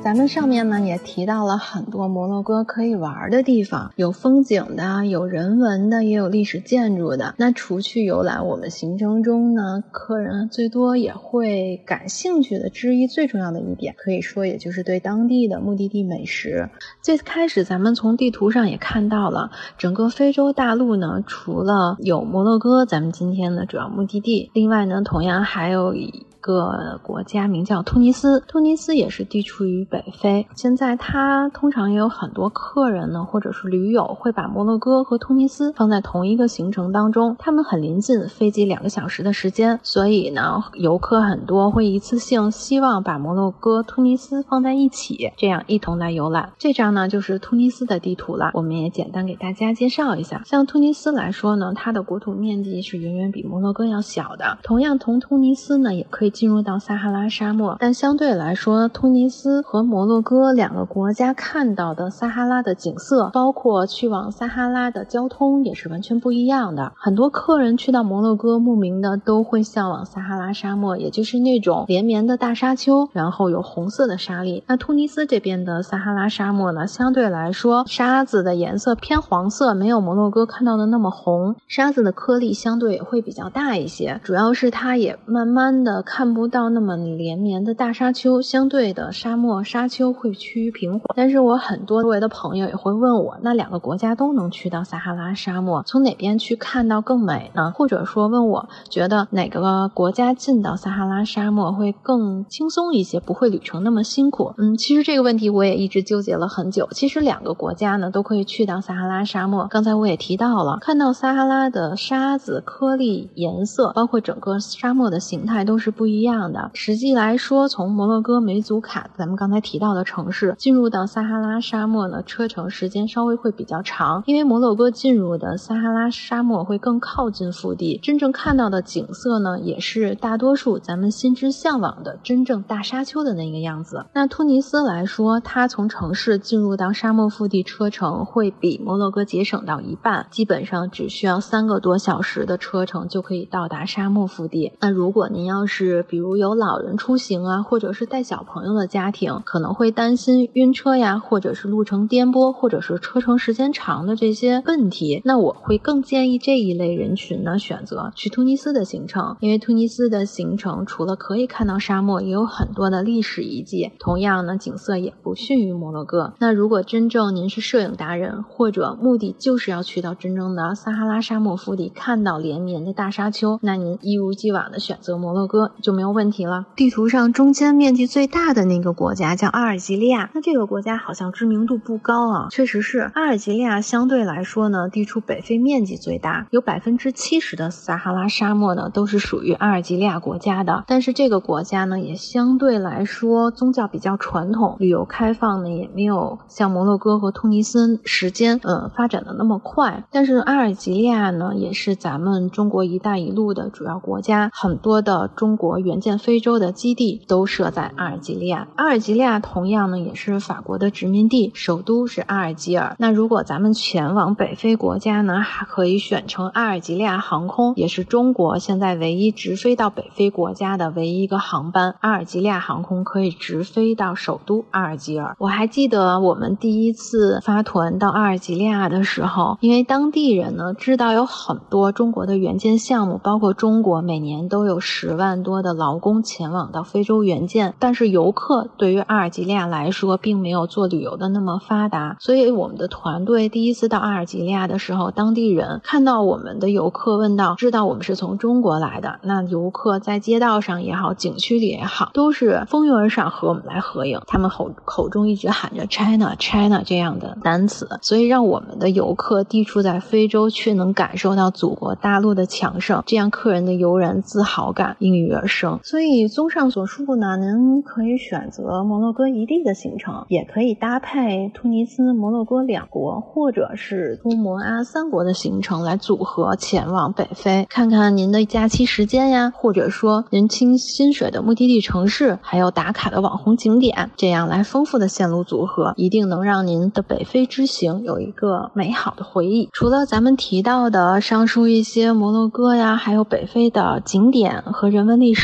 咱们上面呢也提到了很多摩洛哥可以玩的地方，有风景的，有人文的，也有历史建筑的。那除去游览，我们行程中呢，客人最多也会感兴趣的之一，最重要的一点，可以说也就是对当地的目的地美食。最开始咱们从地图上也看到了，整个非洲大陆呢，除了有摩洛哥，咱们今天的主要目的地，另外呢，同样还有一个国家名叫突尼斯，突尼斯也是地处于北非。现在它通常也有很多客人呢，或者是驴友会把摩洛哥和突尼斯放在同一个行程当中，他们很临近，飞机2个小时的时间，所以呢，游客很多会一次性希望把摩洛哥、突尼斯放在一起，这样一同来游览。这张呢就是突尼斯的地图了，我们也简单给大家介绍一下。像突尼斯来说呢，它的国土面积是远远比摩洛哥要小的，同样从突尼斯呢也可以进入到撒哈拉沙漠，但相对来说，突尼斯和摩洛哥2个国家看到的撒哈拉的景色，包括去往撒哈拉的交通也是完全不一样的。很多客人去到摩洛哥，慕名的都会向往撒哈拉沙漠，也就是那种连绵的大沙丘，然后有红色的沙粒。那突尼斯这边的撒哈拉沙漠呢，相对来说沙子的颜色偏黄色，没有摩洛哥看到的那么红，沙子的颗粒相对也会比较大一些，主要是它也慢慢的看不到那么连绵的大沙丘，相对的沙漠沙丘会趋于平缓。但是我很多周围的朋友也会问我，那2个国家都能去到撒哈拉沙漠，从哪边去看到更美呢？或者说问我觉得哪个国家进到撒哈拉沙漠会更轻松一些，不会旅程那么辛苦？其实这个问题我也一直纠结了很久。其实2个国家呢都可以去到撒哈拉沙漠，刚才我也提到了，看到撒哈拉的沙子颗粒颜色，包括整个沙漠的形态都是不一样的。实际来说，从摩洛哥梅祖卡咱们刚才提到的城市进入到撒哈拉沙漠呢，车程时间稍微会比较长，因为摩洛哥进入的撒哈拉沙漠会更靠近腹地，真正看到的景色呢，也是大多数咱们心之向往的真正大沙丘的那个样子。那突尼斯来说，它从城市进入到沙漠腹地车程会比摩洛哥节省到一半，基本上只需要3个多小时的车程就可以到达沙漠腹地。那如果您要是比如有老人出行啊，或者是带小朋友的家庭，可能会担心晕车呀，或者是路程颠簸，或者是车程时间长的这些问题，那我会更建议这一类人群呢选择去突尼斯的行程。因为突尼斯的行程除了可以看到沙漠，也有很多的历史遗迹，同样呢景色也不逊于摩洛哥。那如果真正您是摄影达人，或者目的就是要去到真正的撒哈拉沙漠腹地看到连绵的大沙丘，那您一如既往的选择摩洛哥就没有问题了。地图上中间面积最大的那个国家叫阿尔及利亚，那这个国家好像知名度不高啊，确实是阿尔及利亚相对来说呢，地处北非面积最大，有 70% 的撒哈拉沙漠呢都是属于阿尔及利亚国家的。但是这个国家呢也相对来说宗教比较传统，旅游开放呢也没有像摩洛哥和突尼斯时间发展的那么快。但是阿尔及利亚呢也是咱们中国一带一路的主要国家，很多的中国援建非洲的基地都设在阿尔及利亚。阿尔及利亚同样呢也是法国的殖民地，首都是阿尔及尔。那如果咱们前往北非国家呢，还可以选乘阿尔及利亚航空，也是中国现在唯一直飞到北非国家的唯一一个航班。阿尔及利亚航空可以直飞到首都阿尔及尔。我还记得我们第一次发团到阿尔及利亚的时候，因为当地人呢知道有很多中国的援建项目，包括中国每年都有10万多的劳工前往到非洲援建，但是游客对于阿尔及利亚来说并没有做旅游的那么发达，所以我们的团队第一次到阿尔及利亚的时候，当地人看到我们的游客问到知道我们是从中国来的，那游客在街道上也好，景区里也好，都是蜂拥而上和我们来合影，他们口中一直喊着 China China 这样的单词，所以让我们的游客地处在非洲却能感受到祖国大陆的强盛，这样客人的悠然自豪感应运而生。所以综上所述呢，您可以选择摩洛哥一地的行程，也可以搭配突尼斯、摩洛哥2国，或者是苏摩阿3国的行程来组合前往北非，看看您的假期时间呀，或者说您倾心水的目的地城市，还有打卡的网红景点，这样来丰富的线路组合，一定能让您的北非之行有一个美好的回忆。除了咱们提到的上述一些摩洛哥呀，还有北非的景点和人文历史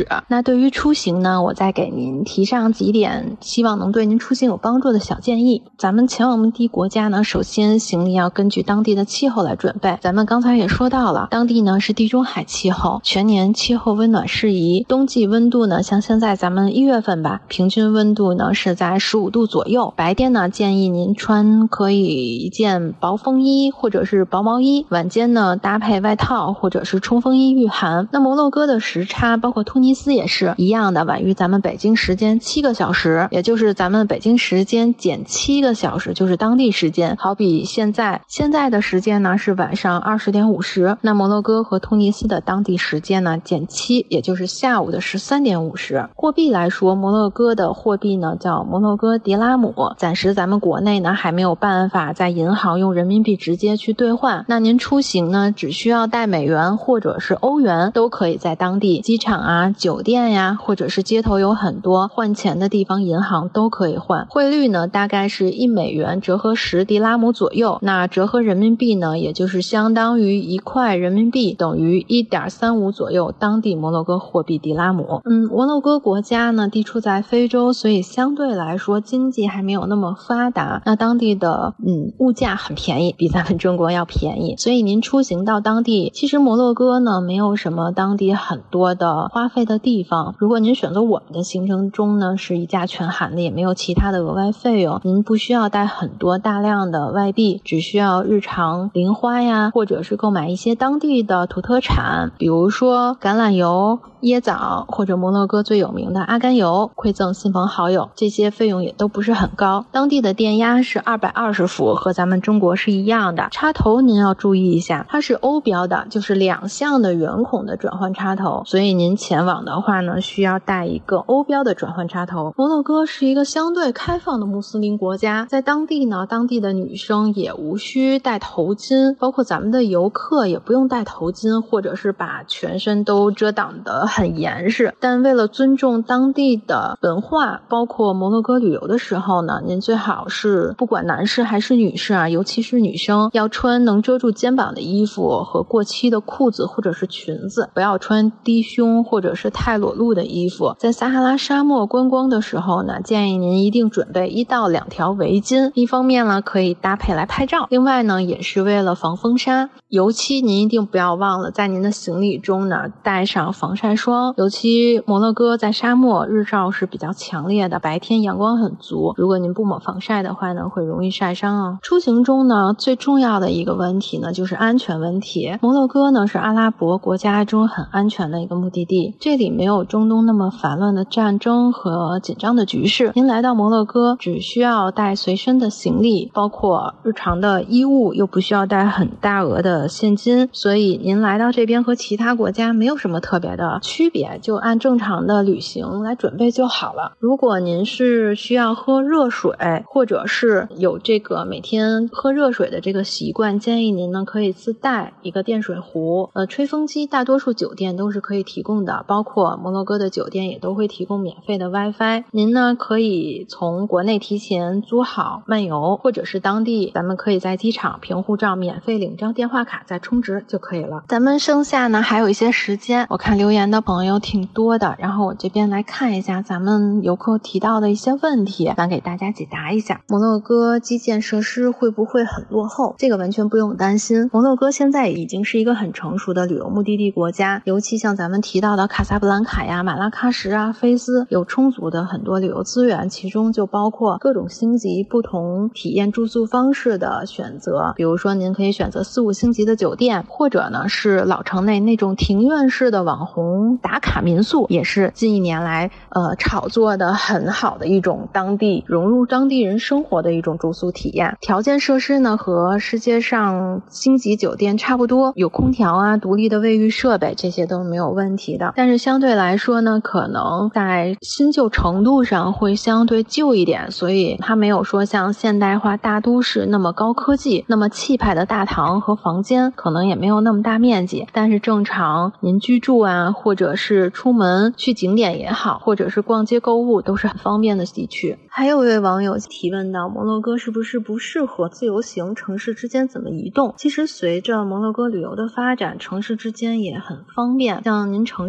始。那对于出行呢，我再给您提上几点希望能对您出行有帮助的小建议。咱们前往目的地国家呢，首先行李要根据当地的气候来准备。咱们刚才也说到了，当地呢是地中海气候，全年气候温暖适宜，冬季温度呢像现在咱们1月份吧，平均温度呢是在15度左右。白天呢建议您穿可以一件薄风衣或者是薄毛衣，晚间呢搭配外套或者是冲锋衣御寒。那摩洛哥的时差包括突尼斯也是一样的，晚于咱们北京时间7个小时，也就是咱们北京时间减7个小时就是当地时间。好比现在的时间呢是晚上20点50，那摩洛哥和突尼斯的当地时间呢减7，也就是下午的13点50。货币来说，摩洛哥的货币呢叫摩洛哥迪拉姆，暂时咱们国内呢还没有办法在银行用人民币直接去兑换。那您出行呢只需要带美元或者是欧元，都可以在当地机场啊、酒店呀，或者是街头有很多换钱的地方，银行都可以换。汇率呢大概是1美元折合10迪拉姆左右，那折合人民币呢也就是相当于1块人民币等于 1.35 左右当地摩洛哥货币迪拉姆。摩洛哥国家呢地处在非洲，所以相对来说经济还没有那么发达，那当地的物价很便宜，比咱们中国要便宜，所以您出行到当地，其实摩洛哥呢没有什么当地很多的花费的地方。如果您选择我们的行程中呢是一价全含的，也没有其他的额外费用，您不需要带很多大量的外币，只需要日常零花呀，或者是购买一些当地的土特产，比如说橄榄油、椰枣，或者摩洛哥最有名的阿甘油，馈赠亲朋好友，这些费用也都不是很高。当地的电压是220伏，和咱们中国是一样的。插头您要注意一下，它是欧标的，就是2向的圆孔的转换插头，所以您前往的话呢，需要带一个欧标的转换插头。摩洛哥是一个相对开放的穆斯林国家，在当地呢，当地的女生也无需戴头巾，包括咱们的游客也不用戴头巾，或者是把全身都遮挡得很严实。但为了尊重当地的文化，包括摩洛哥旅游的时候呢，您最好是不管男士还是女士啊，尤其是女生，要穿能遮住肩膀的衣服和过膝的裤子或者是裙子，不要穿低胸或者是太裸露的衣服。在撒哈拉沙漠观光的时候呢，建议您一定准备1到2条围巾，一方面呢可以搭配来拍照，另外呢也是为了防风沙。油漆您一定不要忘了在您的行李中呢带上防晒霜，尤其摩洛哥在沙漠日照是比较强烈的，白天阳光很足，如果您不抹防晒的话呢，会容易晒伤哦。出行中呢最重要的一个问题呢就是安全问题。摩洛哥呢是阿拉伯国家中很安全的一个目的地，这里没有中东那么烦乱的战争和紧张的局势。您来到摩洛哥只需要带随身的行李，包括日常的衣物，又不需要带很大额的现金，所以您来到这边和其他国家没有什么特别的区别，就按正常的旅行来准备就好了。如果您是需要喝热水，或者是有这个每天喝热水的这个习惯，建议您呢可以自带一个电水壶。吹风机大多数酒店都是可以提供的，包括摩洛哥的酒店也都会提供免费的 WiFi。您呢可以从国内提前租好漫游，或者是当地咱们可以在机场凭护照免费领张电话卡再充值就可以了。咱们剩下呢还有一些时间，我看留言的朋友挺多的，然后我这边来看一下咱们游客提到的一些问题，想给大家解答一下。摩洛哥基建设施会不会很落后？这个完全不用担心，摩洛哥现在已经是一个很成熟的旅游目的地国家，尤其像咱们提到的卡萨布兰卡呀、马拉喀什啊、菲斯，有充足的很多旅游资源，其中就包括各种星级不同体验住宿方式的选择，比如说您可以选择4、5星级的酒店，或者呢是老城内那种庭院式的网红打卡民宿，也是近1年来炒作的很好的一种融入当地人生活的一种住宿体验。条件设施呢和世界上星级酒店差不多，有空调啊、独立的卫浴设备，这些都没有问题的。但是相对来说呢，可能在新旧程度上会相对旧一点，所以它没有说像现代化大都市那么高科技，那么气派的大堂和房间，可能也没有那么大面积。但是正常您居住啊，或者是出门去景点也好，或者是逛街购物，都是很方便的地区。还有一位网友提问到，摩洛哥是不是不适合自由行，城市之间怎么移动？其实随着摩洛哥旅游的发展，城市之间也很方便，像您城市之间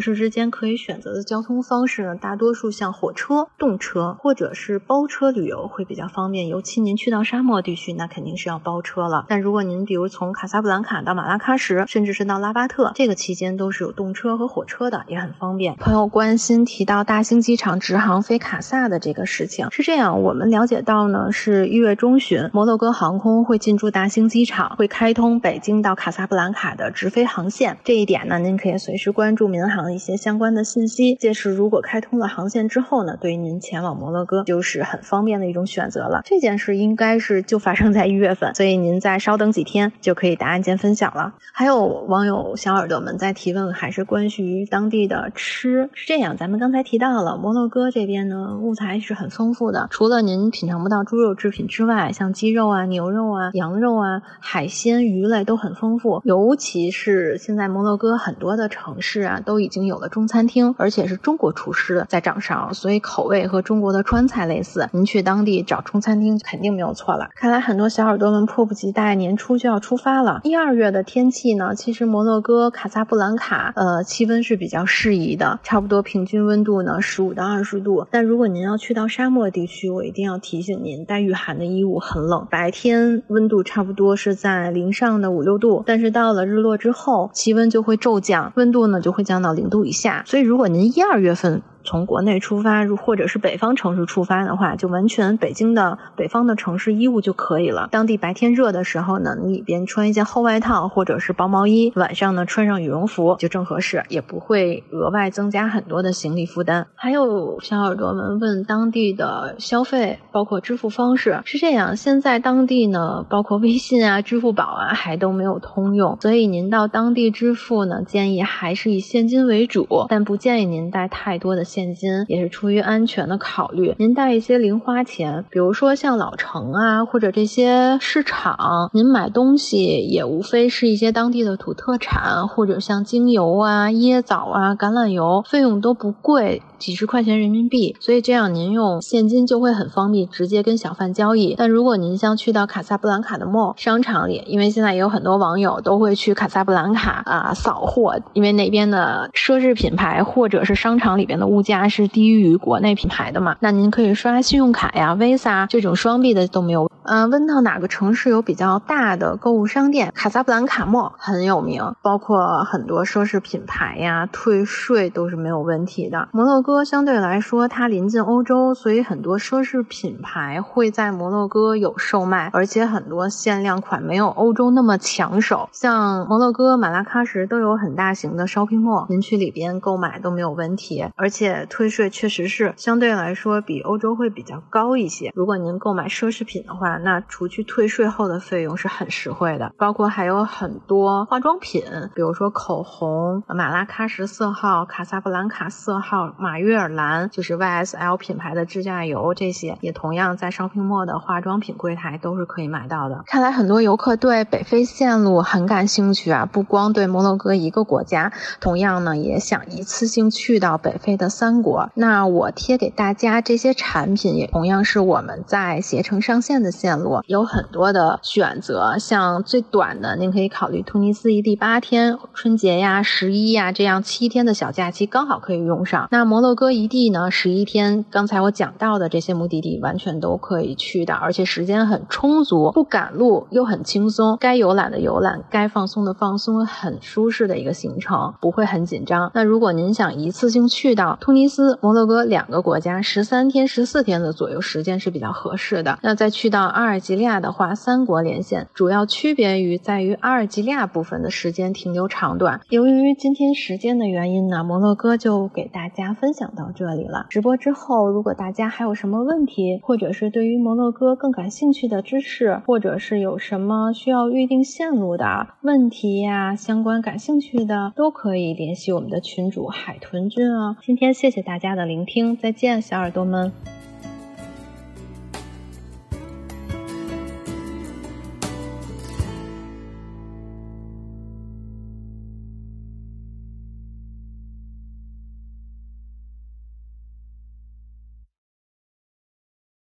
边可以选择的交通方式呢，大多数像火车、动车或者是包车旅游会比较方便，尤其您去到沙漠地区，那肯定是要包车了。但如果您比如从卡萨布兰卡到马拉喀什，甚至是到拉巴特，这个期间都是有动车和火车的，也很方便。朋友关心提到大兴机场直航飞卡萨的这个事情，是这样，我们了解到呢，是1月中旬，摩洛哥航空会进驻大兴机场，会开通北京到卡萨布兰卡的直飞航线。这一点呢，您可以随时关注民航一些相关的信息。届时如果开通了航线之后呢，对于您前往摩洛哥就是很方便的一种选择了。这件事应该是就发生在1月份，所以您再稍等几天就可以答案见分晓了。还有网友小耳朵们在提问，还是关于当地的吃。是这样，咱们刚才提到了摩洛哥这边呢，物材是很丰富的，除了您品尝不到猪肉制品之外，像鸡肉啊、牛肉啊、羊肉啊、海鲜、鱼类都很丰富。尤其是现在摩洛哥很多的城市啊，都已经有了中餐厅，而且是中国厨师在掌勺，所以口味和中国的川菜类似，您去当地找中餐厅肯定没有错了。看来很多小耳朵们迫不及待，年初就要出发了。1、2月的天气呢，其实摩洛哥卡萨布兰卡气温是比较适宜的，差不多平均温度呢15到20度。但如果您要去到沙漠地区，我一定要提醒您，带御寒的衣物，很冷。白天温度差不多是在零上的5、6度，但是到了日落之后，气温就会骤降，温度呢就会降到0度以下。所以如果您1、2月份从国内出发，或者是北方城市出发的话，就完全北京的北方的城市衣物就可以了。当地白天热的时候呢，你里边穿一件厚外套或者是薄毛衣，晚上呢穿上羽绒服就正合适，也不会额外增加很多的行李负担。还有小耳朵们问当地的消费，包括支付方式。是这样，现在当地呢，包括微信啊、支付宝啊，还都没有通用，所以您到当地支付呢，建议还是以现金为主，但不建议您带太多的现金，也是出于安全的考虑。您带一些零花钱，比如说像老城啊，或者这些市场，您买东西也无非是一些当地的土特产，或者像精油啊、椰枣啊、橄榄油，费用都不贵，几十块钱人民币，所以这样您用现金就会很方便，直接跟小贩交易。但如果您像去到卡萨布兰卡的 mall 商场里，因为现在也有很多网友都会去卡萨布兰卡扫货，因为那边的奢侈品牌或者是商场里边的物价是低于国内品牌的嘛，那您可以刷信用卡呀、Visa 这种双币的都没有。问到哪个城市有比较大的购物商店，卡萨布兰卡 mall 很有名，包括很多奢侈品牌呀，退税都是没有问题的。摩洛哥相对来说它临近欧洲，所以很多奢侈品牌会在摩洛哥有售卖，而且很多限量款没有欧洲那么抢手。像摩洛哥、马拉喀什都有很大型的 shopping mall， 您去里边购买都没有问题，而且退税确实是相对来说比欧洲会比较高一些。如果您购买奢侈品的话，那除去退税后的费用是很实惠的。包括还有很多化妆品，比如说口红、马拉喀什色号、卡萨布兰卡色号、马约尔兰，就是 YSL 品牌的指甲油，这些也同样在 shopping mall 的化妆品柜台都是可以买到的。看来很多游客对北非线路很感兴趣啊，不光对摩洛哥一个国家，同样呢也想一次性去到北非的3国。那我贴给大家这些产品也同样是我们在携程上线的线路，有很多的选择，像最短的您可以考虑突尼斯一地8天，春节呀、11呀这样7天的小假期刚好可以用上。那摩洛哥一地呢11天，刚才我讲到的这些目的地完全都可以去的，而且时间很充足，不赶路又很轻松，该游览的游览，该放松的放松，很舒适的一个行程，不会很紧张。那如果您想一次性去到突尼斯、摩洛哥2个国家13天、14天的左右时间是比较合适的。那再去到阿尔及利亚的话，3国连线，主要区别于在于阿尔及利亚部分的时间停留长短。由于今天时间的原因呢，摩洛哥就给大家分享到这里了。直播之后，如果大家还有什么问题，或者是对于摩洛哥更感兴趣的知识，或者是有什么需要预定线路的问题呀，相关感兴趣的，都可以联系我们的群主海豚君啊。今天谢谢大家的聆听，再见小耳朵们。